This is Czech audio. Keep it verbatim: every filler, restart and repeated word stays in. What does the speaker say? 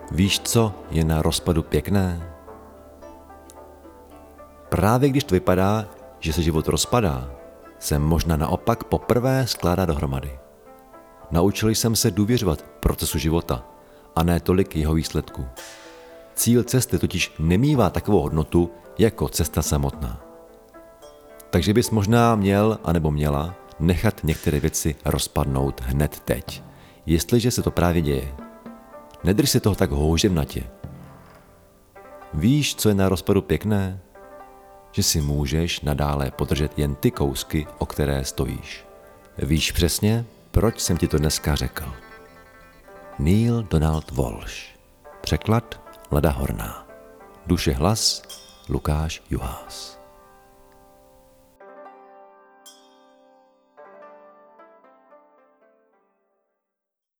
Víš, co je na rozpadu pěkné? Právě když to vypadá, že se život rozpadá, se možná naopak poprvé skládá dohromady. Naučil jsem se důvěřovat procesu života a ne tolik jeho výsledků. Cíl cesty totiž nemívá takovou hodnotu jako cesta samotná. Takže bys možná měl anebo měla nechat některé věci rozpadnout hned teď, jestliže se to právě děje. Nedrž si toho tak houževnatě. Víš, co je na rozpadu pěkné? Že si můžeš nadále podržet jen ty kousky, o které stojíš. Víš přesně, proč jsem ti to dneska řekl. Neil Donald Walsch. Překlad Lada Horná. Duše hlas Lukáš Juhás.